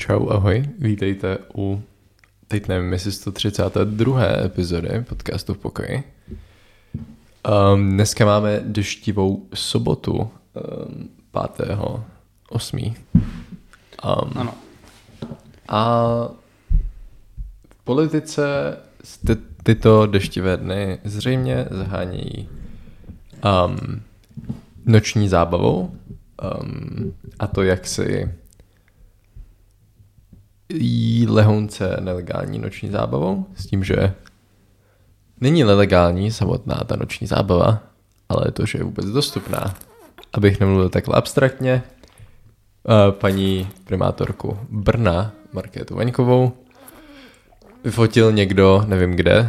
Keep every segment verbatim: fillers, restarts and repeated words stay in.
Čau, ahoj, vítejte u, teď nevím, jestli sto třicáté druhé epizody podcastu v pokoji. Um, dneska máme deštivou sobotu, um, pátého osmého Um, ano. A v politice ty, tyto deštivé dny zřejmě zahánějí um, noční zábavou, um, a to jaksi jí lehounce nelegální noční zábavou, s tím, že není nelegální samotná ta noční zábava, ale to, že je vůbec dostupná. Abych nemluvil takhle abstraktně, paní primátorku Brna, Markétu Vaňkovou, vyfotil někdo, nevím kde.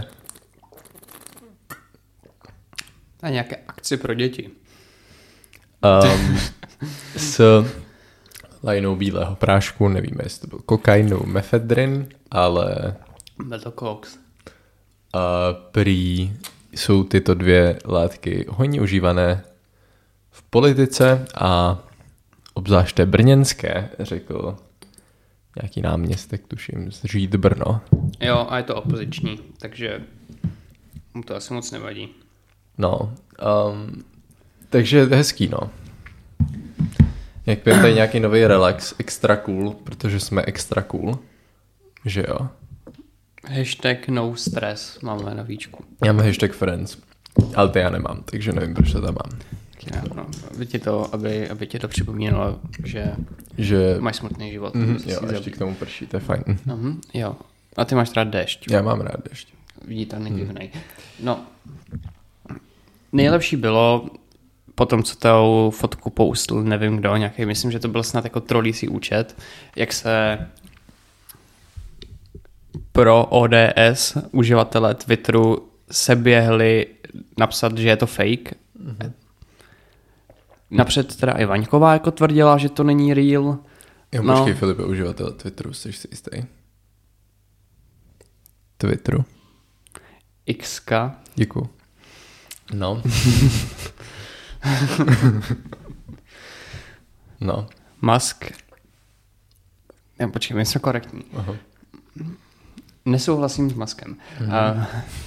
A nějaké akci pro děti. Um, s lajnou bílého prášku, nevíme, jestli to byl kokain nebo mefedrin, ale Byl to koks. a prý jsou tyto dvě látky hodně užívané v politice a obzvláště brněnské, řekl nějaký náměstek, tuším, z Žít Brno. Jo, a je to opoziční, takže mu to asi moc nevadí. No, um, takže hezký, no. Jak pijeme tady nějaký nový relax, extra cool, protože jsme extra cool, že jo. Hashtag no stress máme na víčku. Já mám hashtag friends, ale to já nemám, takže nevím, proč to tam mám. Já, no, aby, ti to, aby, aby ti to připomínalo, že, Že máš smutný život. mm, jo, ještě k tomu prší, to je fajn. Uh-huh, jo, a ty máš rád déšť. Já mám rád dešť. Viditelný, divnej. No, nejlepší bylo po tom, co tou fotku poustl, nevím kdo, nějaký, myslím, že to byl snad jako trolící účet, jak se pro O D S uživatelé Twitteru se běhli napsat, že je to fake. Mm-hmm. Napřed teda i Vaňková jako tvrdila, že to není real. Jo, no. počkej, Filipe, uživatel Twitteru, jsi si jistý? Twitteru. X K. Děkuju. No. No. Musk. Já počkej, my jsme korektní. Aha. Nesouhlasím s Muskem. Mm-hmm. Uh,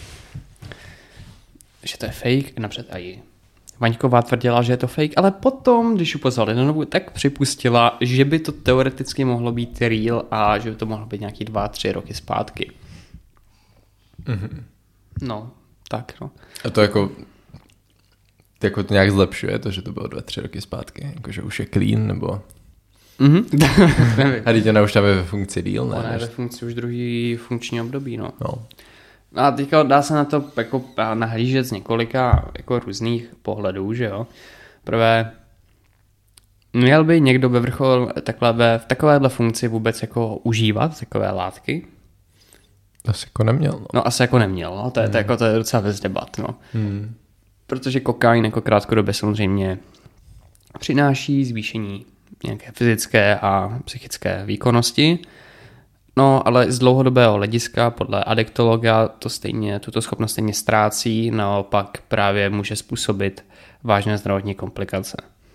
že to je fake, napřed a i Vaňková tvrdila, že je to fake, ale potom, když ji pozvali na novou, tak připustila, že by to teoreticky mohlo být real a že by to mohlo být nějaký dva, tři roky zpátky. Mm-hmm. No, tak no. A to jako jako to nějak zlepšuje, to, že to bylo dva, tři roky zpátky, jakože už je clean, nebo Mm-hmm. a teď ona už tam je ve funkci díl, ne? Ona je ve funkci už druhý funkční období, no. No. A teďka dá se na to jako nahlížet z několika jako různých pohledů, že jo. Prvé, měl by někdo ve vrchol takhle ve, v takovéhle funkci vůbec jako užívat takové látky? Asi jako neměl, no. No asi jako neměl, no. To je, hmm. to, jako, to je docela bez debat, no. Hmm. Protože kokain jako krátkodobě samozřejmě přináší zvýšení nějaké fyzické a psychické výkonnosti. No, ale z dlouhodobého hlediska podle adektologa to stejně, tuto schopnost stejně ztrácí, naopak právě může způsobit vážné zdravotní komplikace.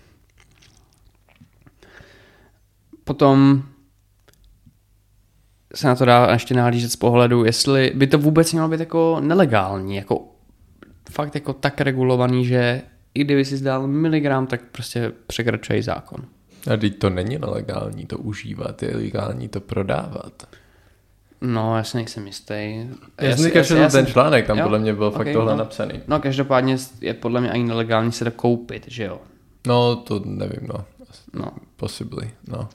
Potom se na to dá ještě nahlížet z pohledu, jestli by to vůbec mělo být jako nelegální, jako fakt jako tak regulovaný, že i kdyby si zdal miligram, tak prostě překračuje zákon. A teď to není nelegální to užívat, je legální to prodávat. No, já si nejsem jistý. Já jsem říkal, že ten jsem... článek, tam jo? Podle mě byl okay, fakt tohle no. napsaný. No, každopádně je podle mě ani nelegální se to koupit, že jo? No, to nevím, no. No. Possibly, no.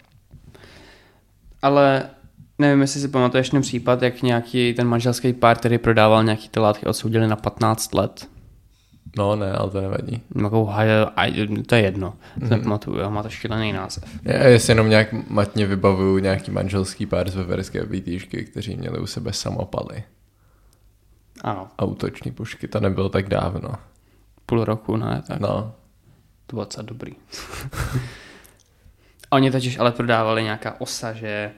Ale nevím, jestli si pamatuješ ten případ, jak nějaký ten manželský pár, který prodával nějaký ty látky, odsoudili na patnáct let. No ne, ale to nevadí. No, to je jedno, to mm-hmm. nepamatuju, má to šílený název. Já si jenom nějak matně vybavuju nějaký manželský pár z veverské výtýšky, kteří měli u sebe samopaly. Ano. A útoční pušky, to nebylo tak dávno. Půl roku, ne? Tak. No. To bylo docela dobrý. Oni totiž ale prodávali nějaká osa, že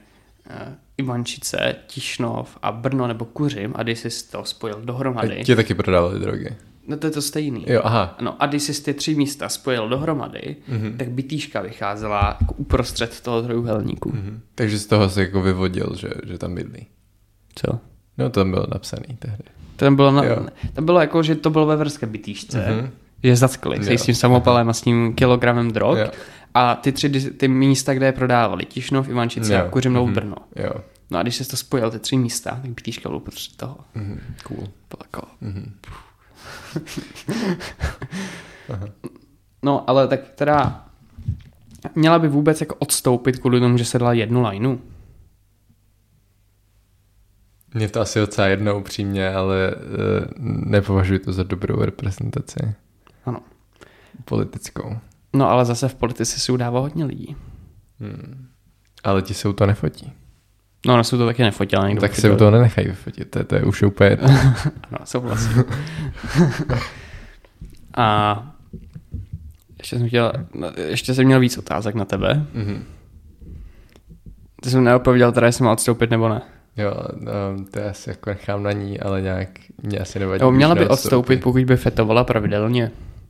Ivančice, Tišnov a Brno nebo Kuřim a když jsi to spojil dohromady. A ti taky prodávali drogy. No to je to stejný. Jo, aha. No a když jsi ty tři místa spojil dohromady, mm-hmm. tak bitýška vycházela jako uprostřed toho trojuhelníku. Mm-hmm. Takže z toho se jako vyvodil, že, že tam bydlí. Co? No to tam bylo napsaný tehdy. To tam bylo, na, tam bylo jako, že to bylo ve vrské bitýšce, mm-hmm. že zatkli se s tím samopalem a s tím kilogramem drog. Jo. A ty tři ty místa, kde je prodávali, Tišnov, Ivančice a Kuřimnou, mm-hmm. Brno. Jo. No a když jsi to spojil, ty tři místa, tak bitýška bylo uprostřed toho. Mm-hmm. Cool. Bylo jako... Mm-hmm. No, ale tak teda měla by vůbec jako odstoupit kvůli tomu, že se dala jednu lineu? Mně to asi docela jedno upřímně, ale uh, nepovažuji to za dobrou reprezentaci. Ano. Politickou. No, ale zase v politice si udává hodně lidí. Hmm. Ale ti se u to nefotí. No, ona se to taky nefotila. No, tak se u toho nenechají vyfotit, to, to je už úplně jedno. Ano, souhlasím. A ještě jsem chtěl, ještě jsem měl víc otázek na tebe. Mm-hmm. Ty jsem neopověděl, teda jestli má odstoupit nebo ne. Jo, no, to já si jako nechám na ní, ale nějak mě asi nevadí. Jo, měla by odstoupit, pokud by fetovala pravidelně.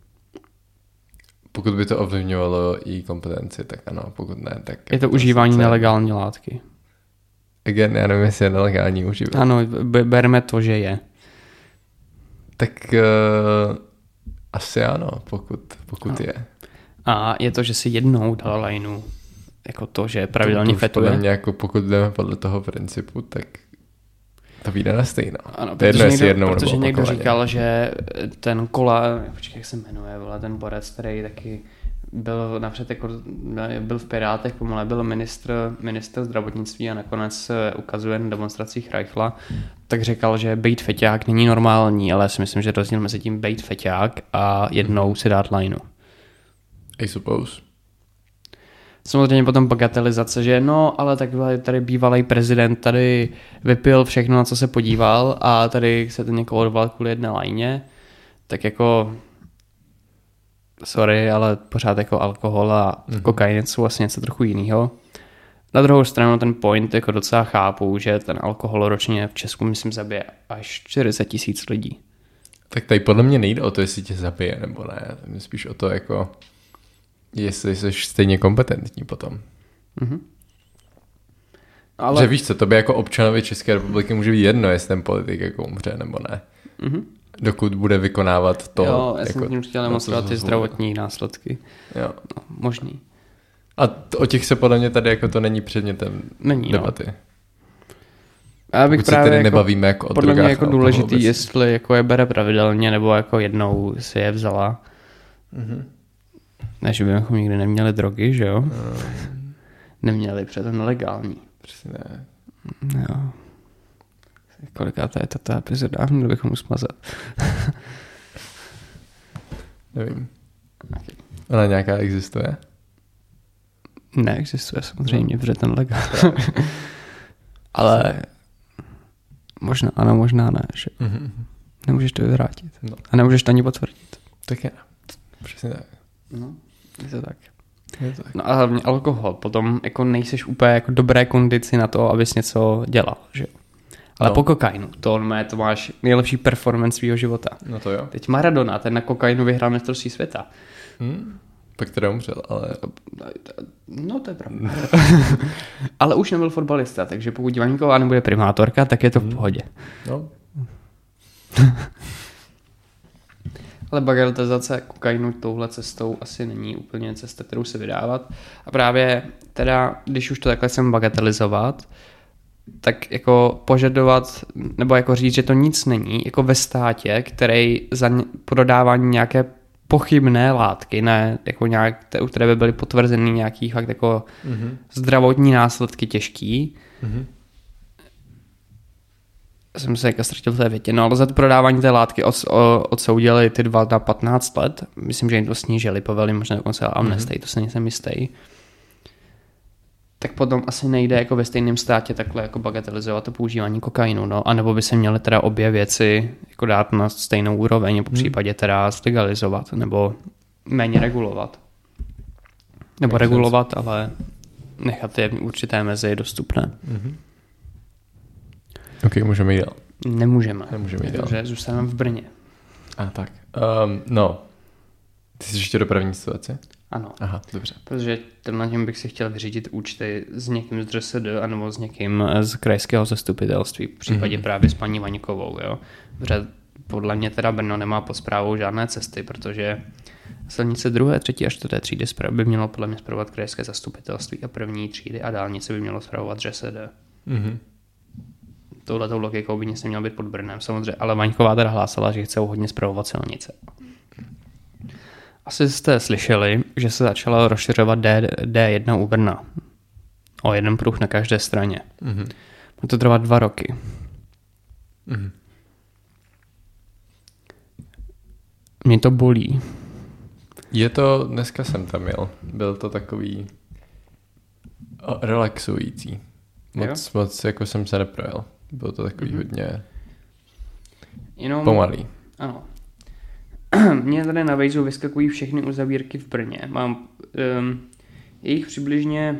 Pokud by to ovlivňovalo její kompetenci, tak ano, pokud ne, tak... Je to užívání sice... nelegální látky. Again, já nevím, jestli je nelegální užívat. Ano, berme to, že je. Tak uh, asi ano, pokud, pokud no. je. A je to, že si jednou dala lajnu, jako to, že pravidelně to, to fetuje? Podle mě, jako pokud jdeme podle toho principu, tak to vyjde na stejno. Ano, to je jedno, někdo, jednou protože nebo někdo opakovaně. Říkal, že ten Kola, počkej, jak se jmenuje, byla ten borec, který taky byl napřed jako, byl v Pirátech, pomalé byl ministr, ministr zdravotnictví a nakonec se ukazuje na demonstracích Reichla, tak říkal, že bejt feťák není normální, ale já si myslím, že rozdíl mezi tím bejt feťák a jednou si dát lajnu. I suppose. Samozřejmě potom bagatelizace, že no, ale tak tady bývalý prezident tady vypil všechno, na co se podíval a tady se to někoho odvolal kvůli jedné lajně, tak jako sorry, ale pořád jako alkohol a mm-hmm. kokain jsou vlastně něco trochu jiného. Na druhou stranu ten point jako docela chápu, že ten alkohol ročně v Česku myslím zabije až čtyřicet tisíc lidí. Tak tady podle mě nejde o to, jestli tě zabije nebo ne, spíš o to jako jestli jsi stejně kompetentní potom. Mm-hmm. Ale... Že víš co, tobě jako občanovi České republiky může být jedno, jestli ten politik jako umře nebo ne. Mm-hmm. Dokud bude vykonávat to. Jo, já jako, jsem tím chtěl demonstrovat ty zdravotní následky. Jo. No, možný. A t- o těch se podle mě tady jako to není předmětem není, debaty. No. Já bych Pokud právě se tedy jako, nebavíme jako o podle mě jako důležitý, obecně. jestli jako je bere pravidelně, nebo jako jednou si je vzala. Mm-hmm. Ne, že bychom nikdy neměli drogy, že jo? Mm. Neměli, protože to nelegální. Přesně ne. Jo. Koliká to je tato epizoda? Měli bychom usmazat. Nevím. Okay. Ona nějaká existuje? Neexistuje samozřejmě, protože ten legální. Ale možná ano, možná ne. Že? Mm-hmm. Nemůžeš to vyvrátit. No. A nemůžeš to ani potvrdit. Tak je. Přesně tak. No, je to tak. Je to tak. No a hlavně alkohol. Potom jako nejseš úplně jako dobré kondici na to, abys něco dělal, že? Ale no. Po kokainu, to, mé, to máš nejlepší performance svýho života. No to jo. Teď Maradona, ten na kokainu vyhrál mistrovství světa. Hmm. Pak teda umřel, ale... No to je pravda. Ale už nebyl fotbalista, takže pokud Vaníková nebude primátorka, tak je to v pohodě. No. Ale bagatelizace kokainu touhle cestou asi není úplně cesta, kterou se vydávat. A právě teda, když už to takhle chcem bagatelizovat, tak jako požadovat, nebo jako říct, že to nic není, jako ve státě, který za prodávání nějaké pochybné látky, ne, jako nějak, u které by byly potvrzeny nějaký fakt jako mm-hmm. zdravotní následky těžký. Mm-hmm. Jsem se jako ztratil v té větě, no ale za to prodávání té látky od, odsoudili ty dva na patnáct let, myslím, že jim to snížili, poveli možná dokonce amnestii, mm-hmm. to se nejsem jistý. Tak potom asi nejde jako ve stejném státě takhle jako bagatelizovat to používání kokainu, no, anebo by se měly teda obě věci jako dát na stejnou úroveň, po případě teda legalizovat, nebo méně regulovat. Nebo regulovat, ale nechat je v určité mezi dostupné. Mm-hmm. Ok, můžeme jít dál. Nemůžeme. Nemůžeme jít dál. Protože zůstaneme v Brně. A tak. Um, no. Ty jsi ještě dopravní situaci? Ano. Aha, dobře. Protože na něm bych si chtěl vyřídit účty s někým z ŘSD anebo s někým z krajského zastupitelství, v případě mm-hmm. právě s paní Vaňkovou. Jo? Protože podle mě teda Brno nemá pod správou žádné cesty, protože silnice druhé, třetí a čtvrté třídy by mělo podle mě spravovat krajské zastupitelství a první třídy a dálnice by mělo spravovat ŘSD. Mm-hmm. Touhletou logikou by nic nemělo být pod Brnem, samozřejmě, ale Vaňková teda hlásala, že chce hodně spravovat silnice. Asi jste slyšeli, že se začalo rozšiřovat D, D1 u Brna. O jeden pruh na každé straně. Mm-hmm. Bude to trvat dva roky. Mm-hmm. Mě to bolí. Je to, dneska jsem tam jel. Byl to takový relaxující. Moc, moc jako jsem se neprojel. Bylo to takový mm-hmm. hodně Jenom, pomalý. Ano. Mně tady na Vejzu vyskakují všechny uzavírky v Brně. Mám um, jejich přibližně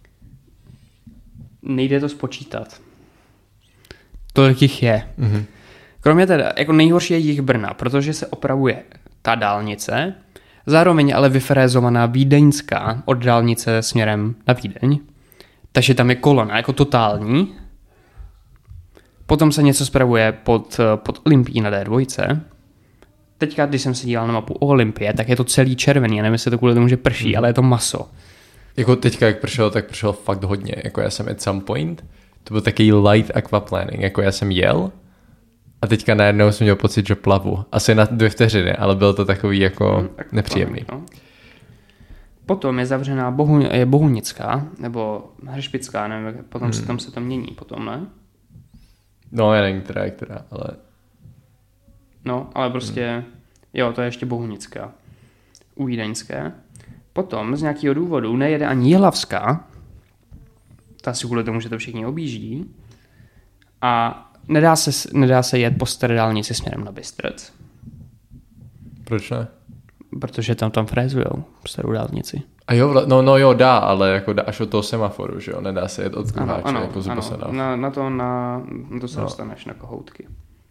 nejde to spočítat. Tolik jich je. Mm-hmm. Kromě teda, jako nejhorší je jich Brna, protože se opravuje ta dálnice, zároveň ale vyfrézovaná vídeňská od dálnice směrem na Vídeň. Takže tam je kolona jako totální. Potom se něco spravuje pod, pod Olympií na D dva. Teďka, když jsem se díval na mapu o Olympie, tak je to celý červený. Já nevím, jestli to kvůli tomu, že prší, mm. ale je to maso. Jako teďka, jak pršelo, tak pršelo fakt hodně. Jako já jsem at some point, to byl takový light aquaplaning. Jako já jsem jel a teďka najednou jsem měl pocit, že plavu. Asi na dvě vteřiny, ale bylo to takový jako mm, nepříjemný. No. Potom je zavřená Bohu, je Bohunická, nebo Hřešpická, nevím, potom mm. se tam se to mění, potom ne? No, já nevím, která je která, ale... No, ale prostě, hmm. jo, to je ještě Bohunická. U Vídeňské. Potom z nějakého důvodu nejede ani Jihlavská, ta si kvůli tomu, že to všichni objíždí, a nedá se, nedá se jet po staré dálnici směrem na Bystrec. Proč ne? Protože tam tam frézujou starou dálnici. A jo, no, no jo, dá, ale jako dá až od toho semaforu, že jo, nedá se jet od kruháče, jako ano, na, na to, na, na to se no. dostaneš na kohoutky.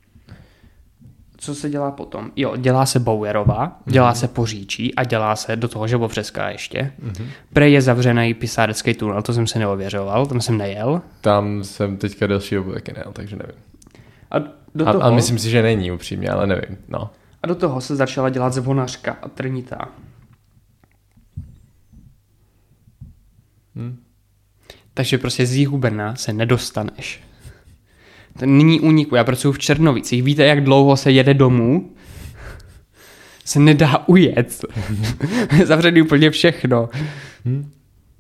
Co se dělá potom? Jo, dělá se Bauerová, dělá mm-hmm. se Poříčí a dělá se do toho Žabovřeská ještě. Mm-hmm. Prej je zavřený Pisárecký tunel, to jsem se neověřoval, tam jsem nejel. Tam jsem teďka delší dobu taky nejel, takže nevím. A, do toho, a, a myslím si, že není upřímně, ale nevím, no. A do toho se začala dělat Zvonařka a Trnitá. Hmm. Takže prostě z jihu Brna se nedostaneš. To není úniku, já pracuji v Černovicích. Víte, jak dlouho se jede domů? Se nedá ujet. Zavřený úplně všechno. Hmm.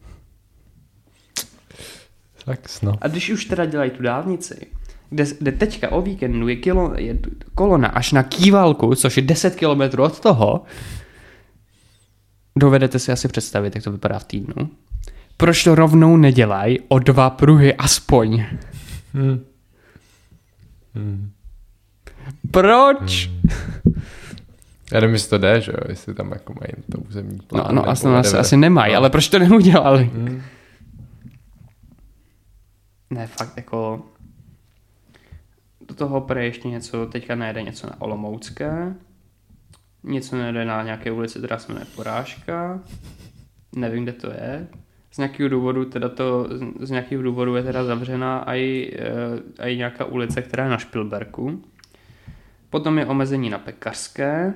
Tak no. A když už teda dělají tu dálnici, kde, kde teďka o víkendu je, kilo, je kolona až na Kývalku, což je deset kilometrů od toho, dovedete si asi představit, jak to vypadá v týdnu. Proč to rovnou nedělají o dva pruhy aspoň? Hmm. Hmm. Proč? Hmm. Já nevím, jestli to jde, že jo, jestli tam jako mají to územní plán. No, no asi, asi, asi nemají, no. Ale proč to neudělali? Hmm. Ne, fakt jako do toho prej ještě něco, teďka najede něco na Olomoucké, něco najede na nějaké ulici, která se jmenuje Porážka, nevím, kde to je. Z nějakého důvodu teda to, z nějakého důvodu je teda zavřená i nějaká ulice, která je na Špilberku. Potom je omezení na Pekařské.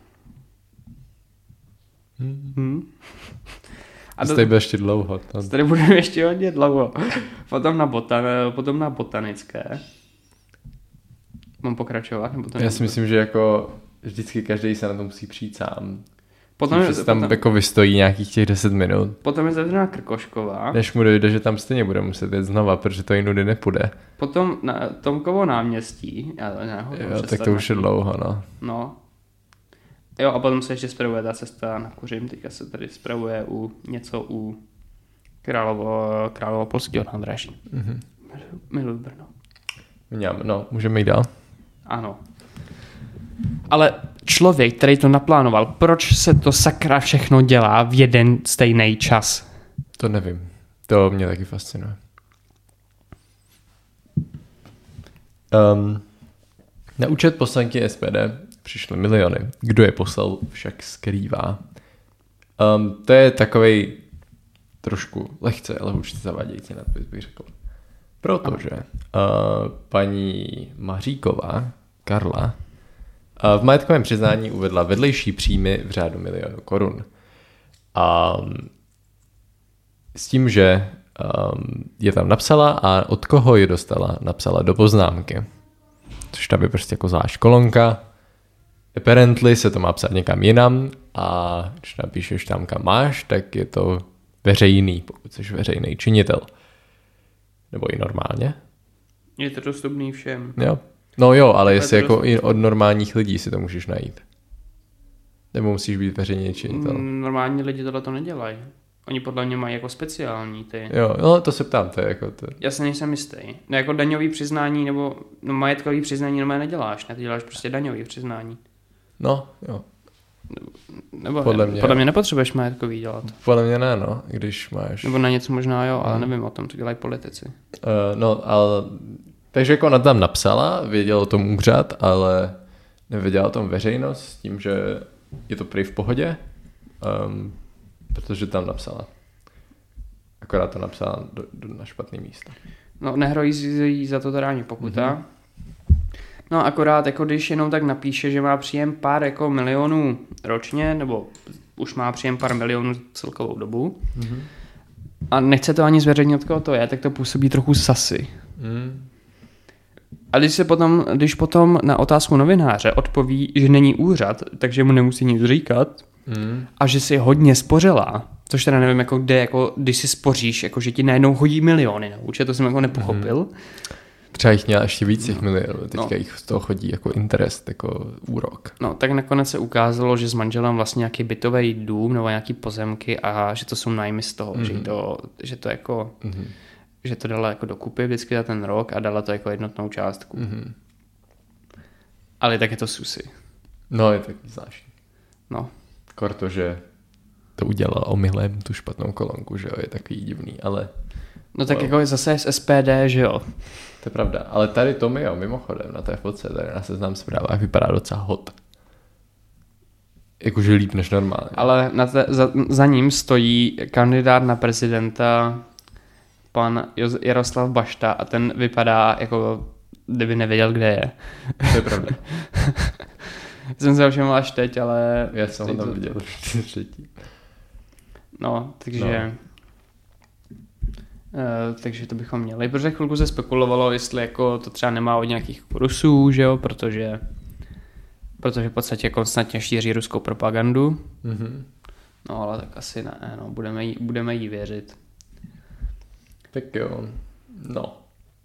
Hmm. Hmm. A to tady bude ještě dlouho. To tady budeme ještě hodně dlouho. Potom na, botan, potom na Botanické. Mám pokračovat? Nebo to Já si myslím, že jako vždycky každý se na to musí přijít sám. Potom je, tam potom, jako vystojí nějakých těch deset minut. Potom je zavřená Krkošková. Než mu dojde, že tam stejně bude muset jít znova, protože to jinudy nepůjde. Potom na Tomkovo náměstí. Já to jo, tak to už je dlouho, no. No. Jo, a potom se ještě spravuje ta cesta na Kuřim. Teďka se tady spravuje u něco u Královo, Královo polského nádraží. Mm-hmm. Miluji Brno. Mňam, no, můžeme jít dál? Ano. Ale člověk, který to naplánoval, proč se to sakra všechno dělá v jeden stejný čas? To nevím. To mě taky fascinuje. Um, na účet poslanky S P D přišly miliony. Kdo je poslal, však skrývá. Um, to je takovej trošku lehce, ale určitě zavádějící nadpis, bych řekl. Protože uh, paní Maříková, Karla, uh, v majetkovém přiznání uvedla vedlejší příjmy v řádu milionů korun. A um, s tím, že um, je tam napsala a od koho je dostala, napsala do poznámky. Což tam je prostě jako zvlášť kolonka. Apparently se to má psát někam jinam a když napíšeš tam, kam máš, tak je to veřejný, pokud jsi veřejný činitel. Nebo i normálně. Je to dostupný všem. Jo. No jo, ale jestli jako dostupný. i od normálních lidí si to můžeš najít. Nebo musíš být veřejný činitel. Normální lidi tohle to nedělají. Oni podle mě mají jako speciální ty. Jo, no to se ptám, to je jako to. Já se nejsem jistý. No jako daňový přiznání nebo no majetkový přiznání normálně neděláš, ne? Ty děláš prostě daňový přiznání. No, jo. Nebo Podle ne, mě- podle mě nepotřebuješ majetkový dělat. Podle mě ne, no, když máš... Nebo na něco možná jo, ale nevím o tom, co dělají politici. Uh, no, ale... Takže jako ona tam napsala, věděla o tom úřad, ale nevěděla o tom veřejnost s tím, že je to prý v pohodě, um, protože tam napsala. Akorát to napsala do, do, na špatný místo. No nehrozí za to teda ani pokuta. Mm-hmm. No akorát jako když jenom tak napíše, že má příjem pár jako milionů ročně, nebo už má příjem pár milionů celkovou dobu Mm-hmm. a nechce to ani zveřejnit, koho to je, tak to působí trochu sasy. Mm. A když se potom, když potom na otázku novináře odpoví, že není úřad, takže mu nemusí nic říkat Mm. a že si hodně spořila, což teda nevím, jako kde, jako když si spoříš, jako že ti najednou hodí miliony na účet, to jsem jako nepochopil. Mm. Třeba jich měla ještě víc těch milionů, teďka No. jich z toho chodí jako interest, jako úrok. No, tak nakonec se ukázalo, že s manželem vlastně nějaký bytový dům nebo nějaký pozemky a že to jsou nájmy z toho, mm-hmm. že, to, že to jako, Mm-hmm. že to dala jako dokupy vždycky za ten rok a dala to jako jednotnou částku. Mm-hmm. Ale tak je to susy. No, je taky zvláštní. No. Kor to, že to udělala omylem, tu špatnou kolonku, že jo, je takový divný, ale No tak Wow. jako zase je z S P D, že jo. to je pravda. Ale tady Tomio, mimochodem, na té fotce, tady na Seznam Zprávách vypadá docela hot. Jakože líp než normálně. Ale na te, za, za ním stojí kandidát na prezidenta pan Jo- Jaroslav Bašta a ten vypadá jako kdyby nevěděl, kde je. To je pravda. Jsem se všiml až teď, ale... Já jsem ho tam viděl třetí. No, takže... No. Uh, takže to bychom měli, protože chvilku se spekulovalo, jestli jako to třeba nemá od nějakých Rusů, že jo, protože protože v podstatě konstantně šíří ruskou propagandu. Mm-hmm. No ale tak asi ne, no, budeme jí, budeme jí věřit. Tak jo, no.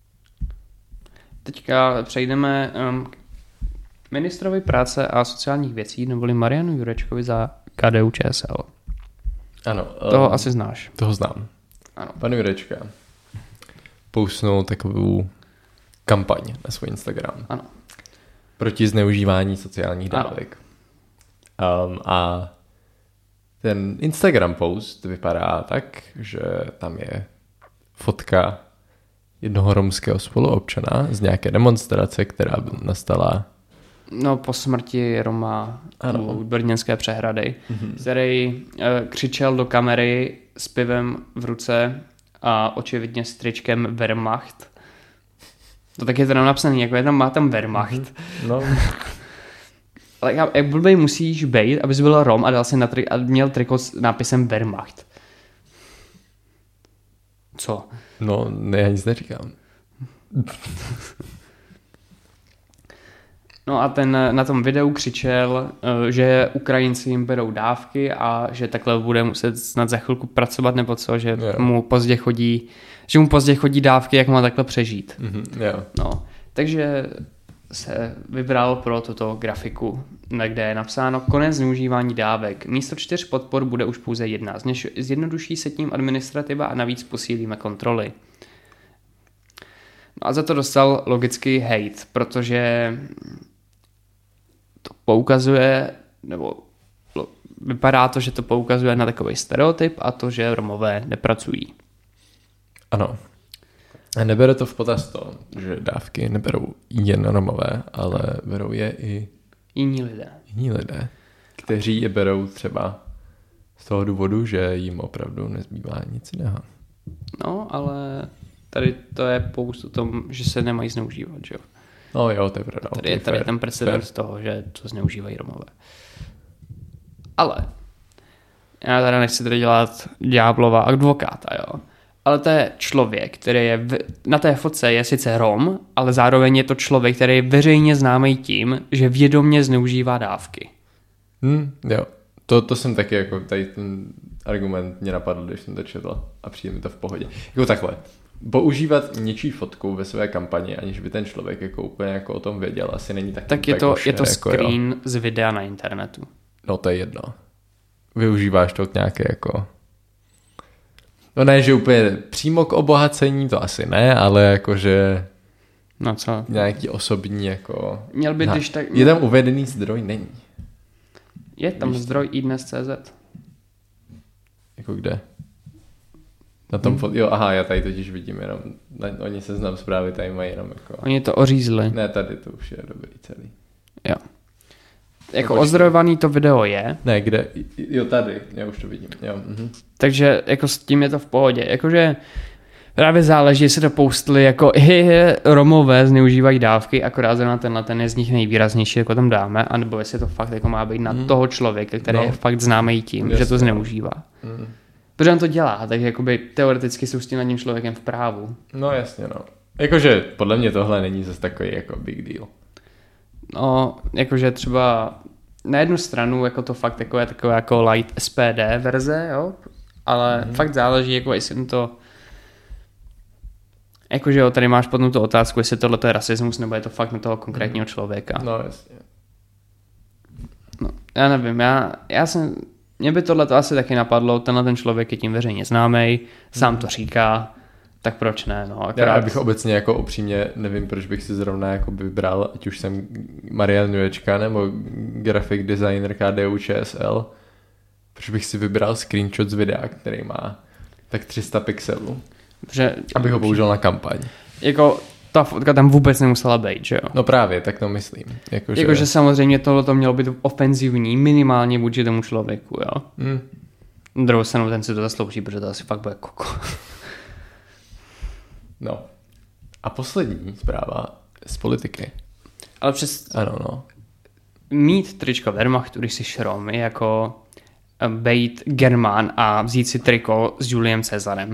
Teďka přejdeme um, k ministrovi práce a sociálních věcí, neboli Marianu Jurečkovi za K D U Č S L. Ano. Toho um, asi znáš. Toho znám. Ano. Pan Jurečka postnul takovou kampaň na svůj Instagram. Ano. Proti zneužívání sociálních Ano. dávek. Um, a ten Instagram post vypadá tak, že tam je fotka jednoho romského spoluobčana z nějaké demonstrace, která nastala. No po smrti Roma Ano. u Brněnské přehrady, Mhm. který e, křičel do kamery s pivem v ruce a očividně s tričkem Wehrmacht. To tak je tam napsaný, jako je tam, má tam Wehrmacht. No, Ale jak, jak blbej musíš bejt, abys byl Rom a dal si na tri- a měl triko s nápisem Wehrmacht. Co? no, ne, já nic neříkám. No a ten na tom videu křičel, eh, že Ukrajinci jim berou dávky a že takhle bude muset snad za chvilku pracovat nebo co, že Jo. mu pozdě chodí, že mu pozdě chodí dávky, jak má takhle přežít. Mhm, jo. No, takže se vybral pro tuto grafiku, kde je napsáno konec zneužívání dávek. Místo čtyř podpor bude už pouze jedna. Zněž- Zjednoduší se tím administrativa a navíc posílíme kontroly. No a za to dostal logicky hate, protože to poukazuje, nebo lo- vypadá to, že to poukazuje na takový stereotyp a to, že Romové nepracují. Ano. A nebere to v potaz to, že dávky neberou jen Romové, ale berou je i Jiní lidé. Jiní lidé, kteří je berou třeba z toho důvodu, že jim opravdu nezbývá nic jiného. No, ale tady to je pouze o tom, že se nemají zneužívat, že jo? No jo, to je pravda. Tady je tady ten precedent toho, že to zneužívají Romové. Ale já tady nechci tady dělat ďáblova advokáta, jo. Ale to je člověk, který je v, na té fotce je sice Rom, ale zároveň je to člověk, který je veřejně známý tím, že vědomě zneužívá dávky. Hmm, jo. To, to jsem taky jako tady ten argument mě napadl, když jsem to četl a přijde mi to v pohodě. Jako takhle. Používat něčí fotku ve své kampani, aniž by ten člověk jako úplně jako o tom věděl, asi není tak. Tak je to, košer, je to jako screen jo. z videa na internetu. No to je jedno. Využíváš to k nějaké jako... No ne, že úplně přímo k obohacení, to asi ne, ale jakože... No co? Nějaký osobní jako... Měl by, na, když tak... Je tam uvedený zdroj? Není. Je tam Víš zdroj i dnes tečka cé zet. Jako kde? Na tom hmm. fot... Jo, aha, já tady totiž vidím jenom... Oni seznam zprávy tady mají jenom jako... Oni to ořízli. Ne, tady to už je dobrý celý. Jo. Jako ozdrojovaný to video je. Ne, kde? Jo, tady. Já už to vidím. Jo. Mhm. Takže jako s tím je to v pohodě. Jakože právě záleží, jestli to postli jako he, he, Romové zneužívají dávky, akorát zrovna tenhle ten je z nich nejvýraznější, jako tam dáme, anebo jestli to fakt jako má být na mm. toho člověka, který no. je fakt známý tím, Jasně. že to zneužívá. Mm. Protože on to dělá, takže jakoby teoreticky jsou s tím nad tím člověkem v právu. No jasně, no. Jakože podle mě tohle není zase takový jako big deal. No, jakože třeba na jednu stranu jako to fakt takové, takové jako light es pé dé verze, jo, ale mm. fakt záleží, jako jestli to jakože jo, tady máš potom tu otázku, jestli tohle je rasismus, nebo je to fakt na toho konkrétního člověka. No jasně. No, já nevím, já, já jsem, mě by tohle to asi taky napadlo, tenhle ten člověk je tím veřejně známý, sám to říká, tak proč ne, no. Akorát... Já bych obecně jako upřímně, nevím, proč bych si zrovna jako vybral, ať už jsem Marian Jurečka nebo graphic designer K D U Č S L, proč bych si vybral screenshot z videa, který má tak tři sta pixelů, že, abych ho použil na kampaň. Jako ta fotka tam vůbec nemusela být, že jo? No právě, tak to myslím. Jakože jako, že samozřejmě tohle to mělo být ofenzivní, minimálně vůči tomu člověku, jo? Hmm. Druhou stranu ten si to zaslouží, protože to asi fakt bude koko. No. A poslední zpráva z politiky. Ale přes... Ano, no. Mít tričko Wehrmachtu, když jsi Šrom, je jako bejt Germán a vzít si triko s Juliem Cezarem.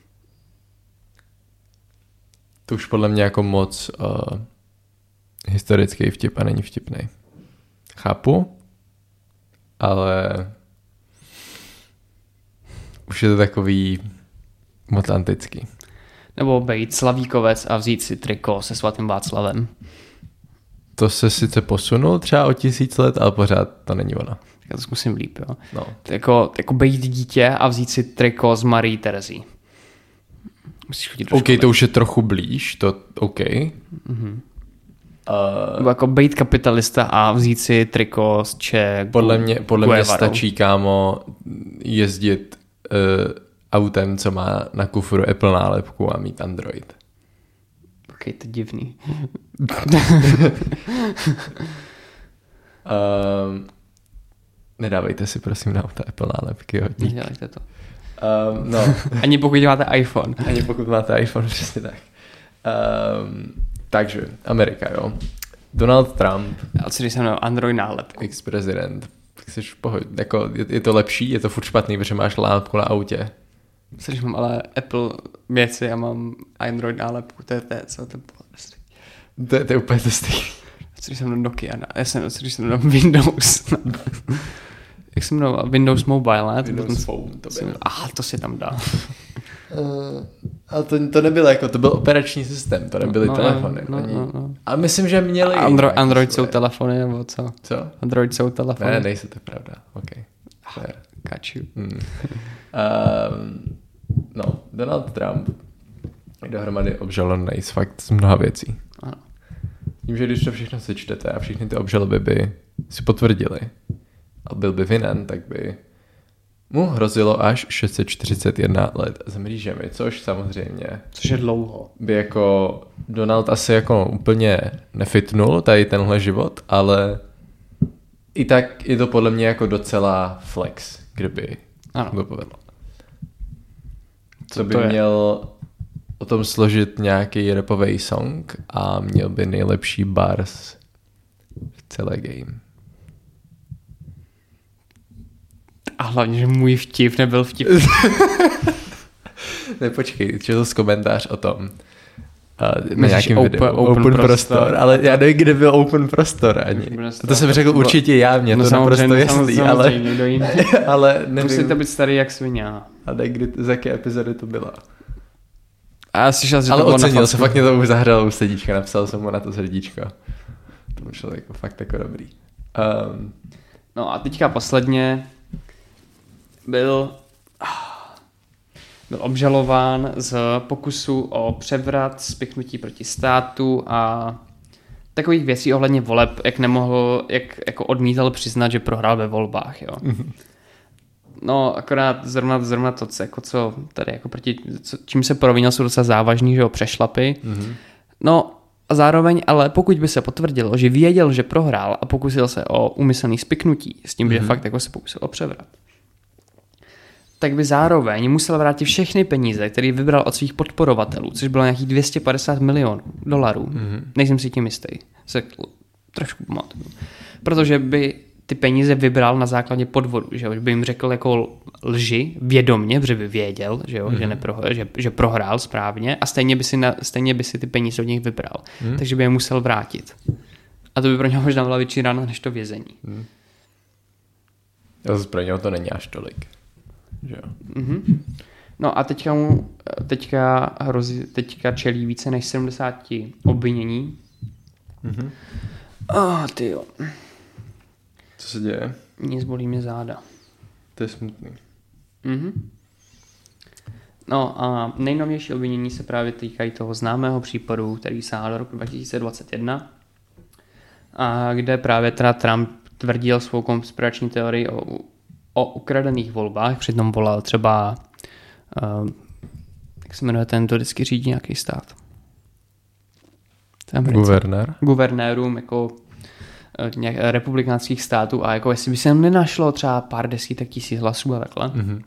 To už podle mě jako moc uh, historický vtip a není vtipnej. Chápu, ale už je to takový moc antický. Nebo bejt Slavíkovec a vzít si triko se svatým Václavem. To se sice posunul třeba o tisíc let, ale pořád to není ono. Já to zkusím líp, jo. No. To jako, jako bejt dítě a vzít si triko z Marie Terezí. OK, to už je trochu blíž, to OK. Mm-hmm. Uh, Nebo jako bejt kapitalista a vzít si triko z Che Podle mě, podle mě stačí, kámo, jezdit uh, autem, co má na kufru Apple nálepku a mít Android. Ok, to je divný. um, nedávejte si prosím na auta Apple nálepky. Jo, Nedělejte to. Um, no. Ani pokud máte iPhone. Ani pokud máte iPhone, přesně tak. Um, takže, Amerika, jo. Donald Trump. A co když jsem měl Android nálepku? Ex-prezident. Tak jsi v pohodě. Jako, je, je to lepší, je to furt špatný, protože máš nálepku na autě. Co když mám ale Apple věci a mám Android nálepku, to je to, co to bylo. To je, to je úplně to stejný. Co když jsem na Nokia, já jsem, co když jsem na Windows. Jak jsem měl Windows Mobile, ne? Windows to Phone, to bylo. Aha, to si tam dá. Uh, ale to, to nebylo jako, to byl operační systém, to nebyly no, telefony. No, oni... no, no. A myslím, že měli... Andro- Android jsou telefony, nebo co? Co? Android jsou telefony. Ne, nejsou to pravda, ok. Got you. Hmm. um, no, Donald Trump je dohromady obžalovaný z fakt z mnoha věcí. Ano. Tím, že když to všechno sečtete a všechny ty obžaloby by si potvrdili a byl by vinen, tak by mu hrozilo až šest set čtyřicet jedna let za mřížemi, což samozřejmě... Což je dlouho. By jako Donald asi jako úplně nefitnul tady tenhle život, ale i tak je to podle mě jako docela flex, kdyby ano. to povedlo. Co to by je? měl o tom složit nějaký rapový song a měl by nejlepší bars v celé game. A hlavně, že můj vtip nebyl vtip. Ne, počkej, četl jsi komentář o tom. Uh, na Myslíš nějakém open- videu. open Open prostor. prostor, ale já nevím, kde byl open prostor ani. Open prostor. To jsem řekl No, určitě já, mě no to naprosto samozřejmě, jasný, ale, samozřejmě, někdo jiný. ale nevím, Musíte být starý jak svině. a ne, kdy, z jaké epizody to byla. A já slyšel, že Ale to bylo ocenil na se, facku. fakt mě to už zahrál u srdíčka, napsal jsem mu na to srdíčko. To bylo jako fakt jako dobrý. Um, No a teďka posledně byl, byl obžalován z pokusu o převrat, spiknutí proti státu a takových věcí ohledně voleb, jak nemohl, jak jako odmítal přiznat, že prohrál ve volbách, jo. No, akorát zrovna, zrovna to, co, jako co tady jako proti, co, čím se provinil, jsou docela závažný, že jo, přešlapy. mm-hmm. No a zároveň, ale pokud by se potvrdilo, že věděl, že prohrál a pokusil se o úmyslný spiknutí s tím, mm-hmm. že fakt jako se pokusil o převrat, tak by zároveň musel vrátit všechny peníze, které vybral od svých podporovatelů, což bylo nějakých dvě stě padesát milionů dolarů. Mm-hmm. Nejsem si tím jistý. Se trošku pamatuju. Protože by ty peníze vybral na základě podvodu, že, jo? Že by jim řekl jako lži vědomně, protože by věděl, že, jo? Mm-hmm. že, neprohr, že, že prohrál správně a stejně by si, na, stejně by si ty peníze od nich vybral. Mm-hmm. Takže by je musel vrátit. A to by pro něho možná byla větší rána než to vězení. Mm. Pro něho to není až tolik. Že jo. Mm-hmm. No a teďka mu teďka, hrozí, teďka čelí více než sedmdesát obvinění. Mm-hmm. Oh, tyjo. Co se děje? Nic bolí mě záda. To je smutný. Mm-hmm. No a nejnovější obvinění se právě týkají toho známého případu, který sahá do roku dva tisíce dvacet jedna, a kde právě teda Trump tvrdil svou konspirační teorii o, o ukradených volbách, přitom volal třeba, uh, jak se jmenuje ten, kdo vždycky řídí nějaký stát? Guvernér? Guvernérům jako nějak republikánských států a jako jestli by se tam nenašlo třeba pár desítek tisíc hlasů a takhle. Mm-hmm.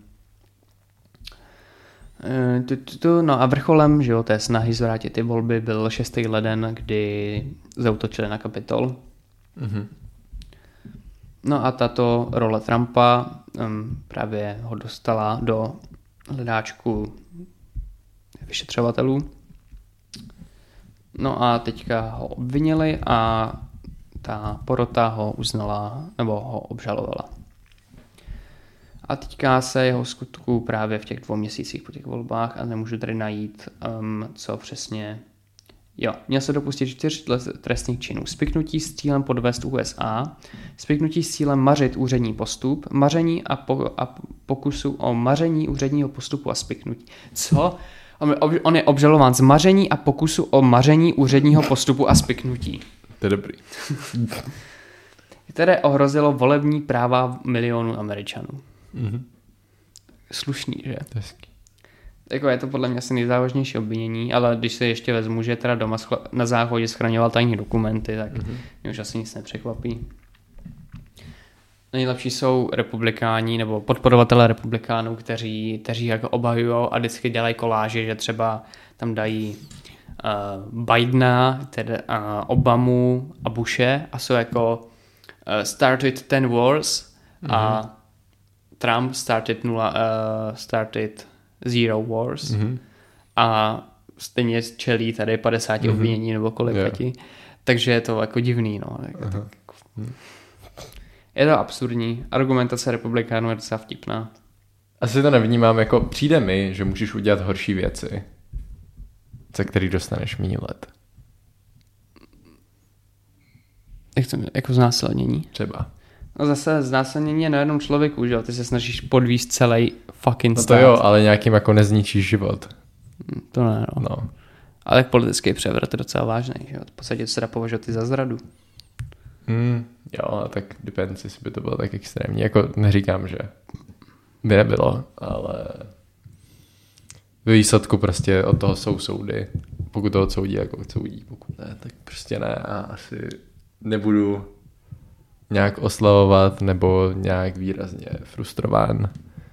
No a vrcholem, že jo, té snahy zvrátit ty volby byl šestý leden, kdy zaútočili na Kapitol. Mm-hmm. No a tato role Trumpa um, právě ho dostala do hledáčku vyšetřovatelů. No a teďka ho obvinili a ta porota ho uznala, nebo ho obžalovala. A teďka se jeho skutku právě v těch dvou měsících po těch volbách a nemůžu tady najít, um, co přesně. Jo, měl se dopustit čtyř trestných činů. Spiknutí s cílem podvést U S A, spiknutí s cílem mařit úřední postup, maření a, po, a pokusu o maření úředního postupu a spiknutí. Co? On je obžalován z maření a pokusu o maření úředního postupu a spiknutí. To je dobrý. Které ohrozilo volební práva milionů Američanů. Mm-hmm. Slušný, že? To je hezký. Jako je to podle mě asi nejzávažnější obvinění, ale když se ještě vezmu, že teda doma na záchodě schraňoval tajní dokumenty, tak mm-hmm. mě už asi nic nepřekvapí. Nejlepší jsou republikáni nebo podporovatelé republikánů, kteří, kteří jako obhajují a vždycky dělají koláže, že třeba tam dají uh, Bidena, tedy uh, Obamu a Bushe a jsou jako uh, started ten wars mm-hmm. a Trump started, nula, uh, started zero wars mm-hmm. a stejně čelí tady padesát mm-hmm. obvinění nebo kolik yeah. letí. Takže je to jako divný. No. Jako tak, jako... Je to absurdní. Argumentace republikánů je docela vtipná. Asi to nevnímám jako přijde mi, že můžeš udělat horší věci, za který dostaneš méně let. Jak to, jako znásilnění? Třeba. No zase znásilnění je na jednom člověku, že jo? Ty se snažíš podvíst celý fucking stát. No to jo, ale nějakým jako nezničíš život. To ne, no. no. Ale jak politický převrat je docela vážný, že jo? V podstatě se dá považovat i za zradu. Hmm, jo, tak depends, jestli by to bylo tak extrémní. Jako neříkám, že by nebylo, ale ve výsledku prostě od toho jsou soudy. Pokud to odsoudí, jako odsoudí. Pokud ne, tak prostě ne. A asi nebudu nějak oslavovat nebo nějak výrazně frustrován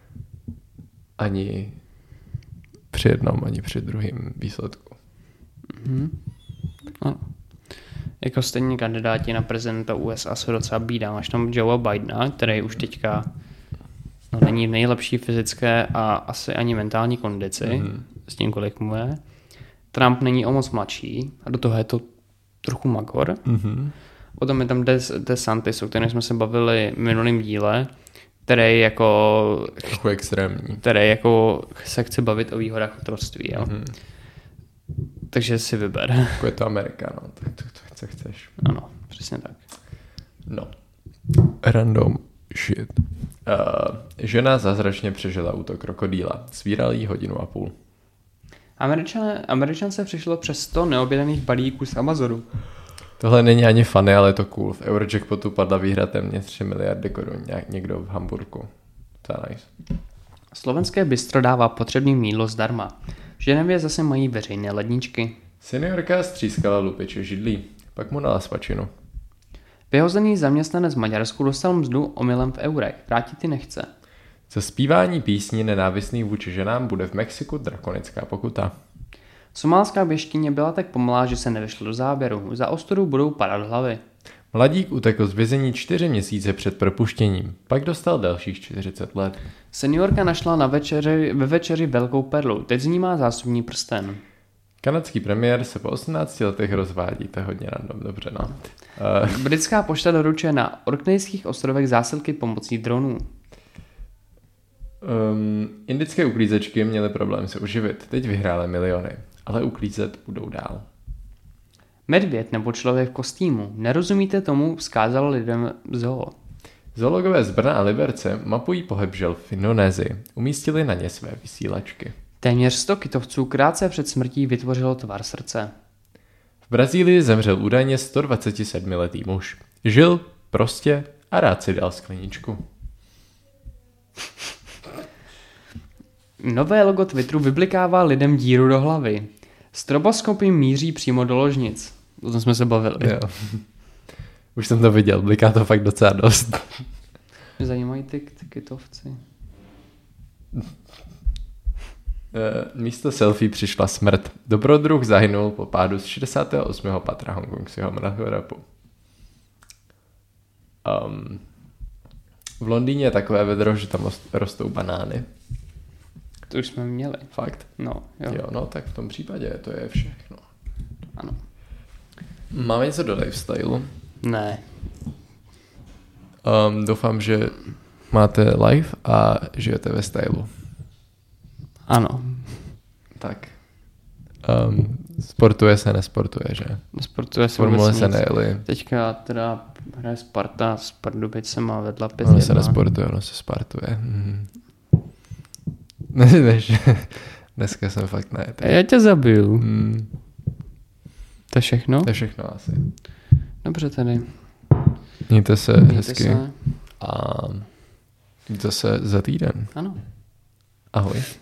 ani při jednom, ani při druhém výsledku. Mm-hmm. No. Jako stejně kandidáti na prezidenta U S A jsou docela bídá. Máš tam Joea Bidena, který už teďka no, není v nejlepší fyzické a asi ani mentální kondici, mm-hmm. s tím, kolik mu je. Trump není o moc mladší a do toho je to trochu magor. Mm-hmm. Potom je tam Des, DeSantis, o kterém jsme se bavili v minulém díle, který jako... Trochu extrémní. Který jako se chce bavit o výhodách otroctví, jo. Mm-hmm. Takže si vyber. Jako je to Amerika, no. Tak to, to, co chceš. Ano, přesně tak. No. Random shit. Uh, žena zázračně přežila útok krokodýla. Svíral jí hodinu a půl. Američan, Američan se přišlo přes sto neobjedených balíků z Amazonu. Tohle není ani funny, ale je to cool. V Eurojackpotu padla výhra téměř tři miliardy korun někdo v Hamburku. To je nice. Slovenské bistro dává potřebný mýdlo zdarma. V Ženevě zase mají veřejné ledničky. Seniorka střískala lupiče židlí, pak mu dala svačinu. Vyhozený zaměstnanec v Maďarsku dostal mzdu omylem v eurech. Vrátit ji nechce. Za zpívání písní nenávistných vůči ženám bude v Mexiku drakonická pokuta. Somálská běžkyně byla tak pomalá, že se nevešla do záběru. Za ostudu budou padat hlavy. Mladík utekl z vězení čtyři měsíce před propuštěním, pak dostal dalších čtyřicet let. Seniorka našla na večeři, ve večeři velkou perlu, teď z ní má zásobní prsten. Kanadský premiér se po osmnácti letech rozvádí, to je hodně random, dobře no. Uh. Britská pošta doručuje na Orknejských ostrovech zásilky pomocí dronů. Um, indické uklízečky měly problém se uživit, teď vyhrály miliony, ale uklízet budou dál. Medvěd nebo člověk v kostýmu, nerozumíte tomu, vzkázal lidem zoo. Zoologové z Brna a Liberce mapují pohyb žel v Indonésii, umístili na ně své vysílačky. Téměř sto kytovců krátce před smrtí vytvořilo tvar srdce. V Brazílii zemřel údajně sto dvacetisedmiletý muž. Žil prostě a rád si dal skleničku. Nové logo Twitteru vyblikává lidem díru do hlavy. Stroboskopy míří přímo do ložnic. O tom jsme se bavili. Jo. Už jsem to viděl, bliká to fakt docela dost. Mě zajímají ty, ty kytovci. Místo selfie přišla smrt. Dobrodruh zahynul po pádu z šedesátého osmého patra hongkongského mrakodrapu. Um, v Londýně je takové vedro, že tam rostou banány. To už jsme měli. Fakt? No, jo. Jo, no tak v tom případě to je všechno. Ano. Máme něco do lifestylu? Ne. Um, doufám, že máte life a žijete ve stylu. Ano. Tak. Um, sportuje se, nesportuje, že? Nesportuje se Formule se nejeli. Teďka teda hraje Sparta s Pardubicem má vedla pět jedna. Ono se nesportuje, ono se spartuje. Mm. Ne, ne, dneska jsem fakt ne. Tak. Já tě zabiju. Mm. To je všechno? To je všechno asi. Dobře tady. Mějte se Mějte hezky. Se. A mějte se za týden. Ano. Ahoj.